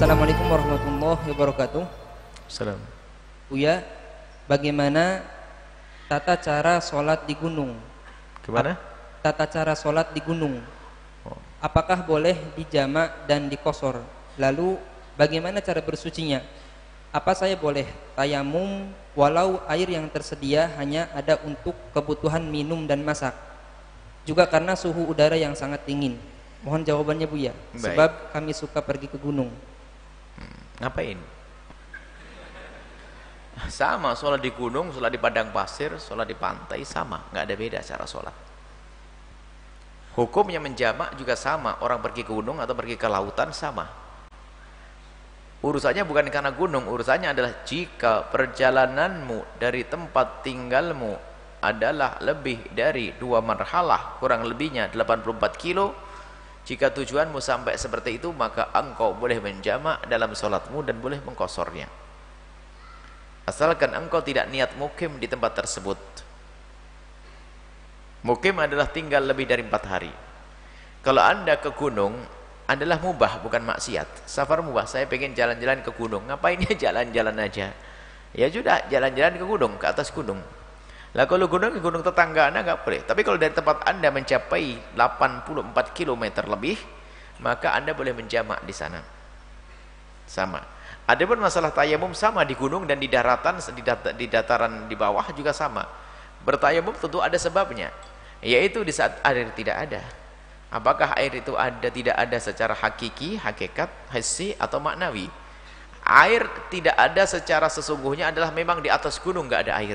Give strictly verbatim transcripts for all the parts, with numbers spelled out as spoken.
Assalamualaikum warahmatullahi wabarakatuh. Salam. Buya, bagaimana tata cara sholat di gunung? Gimana? Tata cara sholat di gunung. Oh. Apakah boleh dijamak dan dikosor? Lalu bagaimana cara bersucinya? Apa saya boleh tayamum walau air yang tersedia hanya ada untuk kebutuhan minum dan masak? Juga karena suhu udara yang sangat dingin. Mohon jawabannya Buya. Baik. Sebab kami suka pergi ke gunung. Hmm, ngapain? Sama, sholat di gunung, sholat di padang pasir, sholat di pantai, sama, nggak ada beda cara sholat. Hukumnya menjamak juga sama, orang pergi ke gunung atau pergi ke lautan sama. Urusannya bukan karena gunung, urusannya adalah jika perjalananmu dari tempat tinggalmu adalah lebih dari dua marhalah, kurang lebihnya delapan puluh empat kilo. Jika tujuanmu sampai seperti itu, maka engkau boleh menjamak dalam sholatmu dan boleh mengkosornya, asalkan engkau tidak niat mukim di tempat tersebut. Mukim adalah tinggal lebih dari empat hari. Kalau anda ke gunung adalah mubah, bukan maksiat. Safar mubah, saya pengen jalan-jalan ke gunung. Ngapainnya jalan-jalan aja? Ya sudah, jalan-jalan ke gunung, ke atas gunung. Lah kalau gunung ke gunung tetangga anda nggak boleh. Tapi kalau dari tempat anda mencapai delapan puluh empat kilometer lebih, maka anda boleh menjamak di sana. Sama. Adapun masalah tayamum sama di gunung dan di daratan, di, dat di dataran di bawah juga sama. Bertayamum tentu ada sebabnya, yaitu di saat air tidak ada. Apakah air itu ada tidak ada secara hakiki, hakikat, hissi atau maknawi? Air tidak ada secara sesungguhnya adalah memang di atas gunung nggak ada air.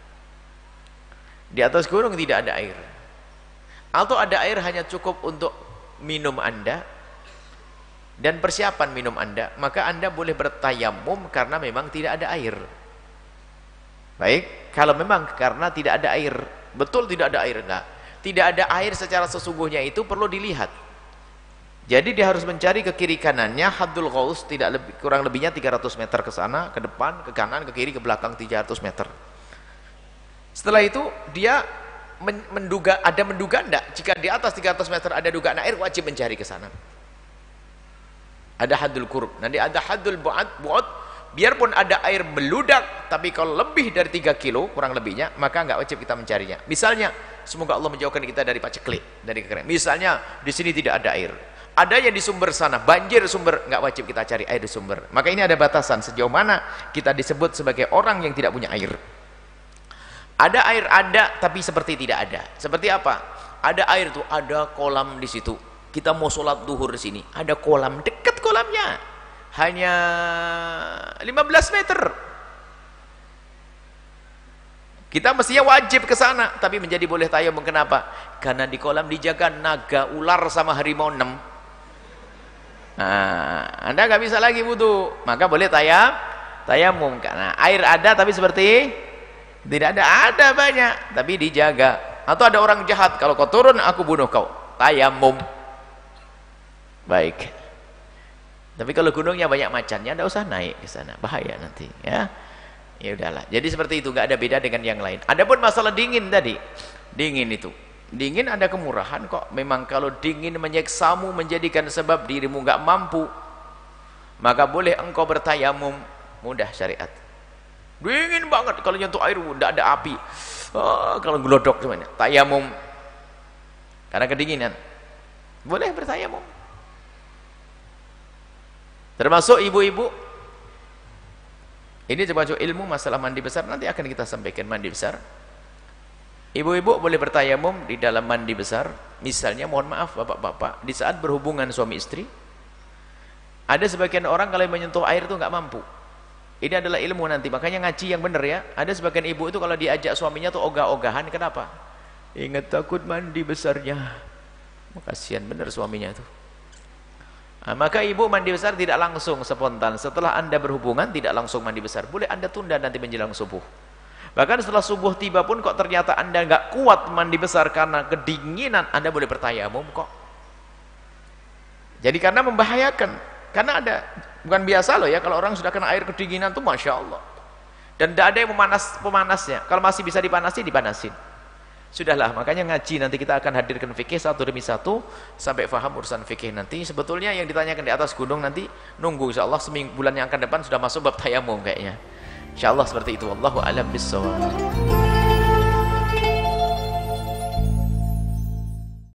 Di atas gunung tidak ada air. Atau ada air hanya cukup untuk minum anda dan persiapan minum anda, maka anda boleh bertayamum karena memang tidak ada air. Baik, kalau memang karena tidak ada air, betul tidak ada air, enggak, tidak ada air secara sesungguhnya itu perlu dilihat. Jadi dia harus mencari ke kiri kanannya, haddul ghaus, tidak lebih, kurang lebihnya tiga ratus meter ke sana, ke depan, ke kanan, ke kiri, ke belakang tiga ratus meter. Setelah itu dia menduga, ada menduga enggak, jika di atas tiga ratus meter ada dugaan air, wajib mencari ke sana. Ada haddul qurb, nanti ada haddul bu'ad, bu'ad, biarpun ada air meludak, tapi kalau lebih dari tiga kilo kurang lebihnya, maka enggak wajib kita mencarinya. Misalnya, semoga Allah menjauhkan kita dari paceklik, dari kekeringan. Misalnya di sini tidak ada air, adanya di sumber sana, banjir sumber, enggak wajib kita cari air di sumber. Maka ini ada batasan sejauh mana kita disebut sebagai orang yang tidak punya air. Ada air ada, tapi seperti tidak ada. Seperti apa? Ada air tuh, ada kolam di situ. Kita mau sholat duhur di sini, ada kolam, dekat kolamnya, hanya lima belas meter. Kita mestinya wajib ke sana, tapi menjadi boleh tayamum. Kenapa? Karena di kolam dijaga naga, ular sama harimau enam. Nah, anda nggak bisa lagi wudu, maka boleh tayam, tayamum. Karena air ada, tapi seperti tidak ada, ada banyak, tapi dijaga. Atau ada orang jahat, kalau kau turun aku bunuh kau, tayamum. Baik. Tapi kalau gunungnya banyak macannya, tidak usah naik ke sana, bahaya nanti. Ya, ya udahlah. Jadi seperti itu, nggak ada beda dengan yang lain. Adapun masalah dingin tadi, dingin itu, dingin ada kemurahan kok. Memang kalau dingin menyiksamu, menjadikan sebab dirimu nggak mampu, maka boleh engkau bertayamum, mudah syariat. Dingin banget, kalau nyentuh air tidak ada api, oh, kalau gelodok semuanya, tayamum karena kedinginan, boleh bertayamum. Termasuk ibu-ibu, ini termasuk ilmu masalah mandi besar, nanti akan kita sampaikan mandi besar. Ibu-ibu boleh bertayamum di dalam mandi besar. Misalnya, mohon maaf bapak-bapak, di saat berhubungan suami istri, ada sebagian orang kalau menyentuh air itu nggak mampu. Ini adalah ilmu nanti, makanya ngaji yang benar ya. Ada sebagian ibu itu kalau diajak suaminya tuh ogah-ogahan, kenapa? Ingat takut mandi besarnya. Kasihan benar suaminya itu. Nah, maka ibu mandi besar tidak langsung spontan. Setelah anda berhubungan tidak langsung mandi besar. Boleh anda tunda nanti menjelang subuh. Bahkan setelah subuh tiba pun kok ternyata anda nggak kuat mandi besar karena kedinginan, anda boleh bertayamum kok. Jadi karena membahayakan. Karena ada, bukan biasa loh ya, kalau orang sudah kena air kedinginan tuh Masya Allah. Dan tidak ada yang memanas pemanasnya. Kalau masih bisa dipanasi, dipanasin. Sudahlah, makanya ngaji nanti kita akan hadirkan fikih satu demi satu sampai faham urusan fikih nanti. Sebetulnya yang ditanyakan di atas gunung nanti nunggu insyaallah seminggu bulan yang akan depan sudah masuk bab tayamum kayaknya. Insyaallah seperti itu. Wallahu a'lam bissawab.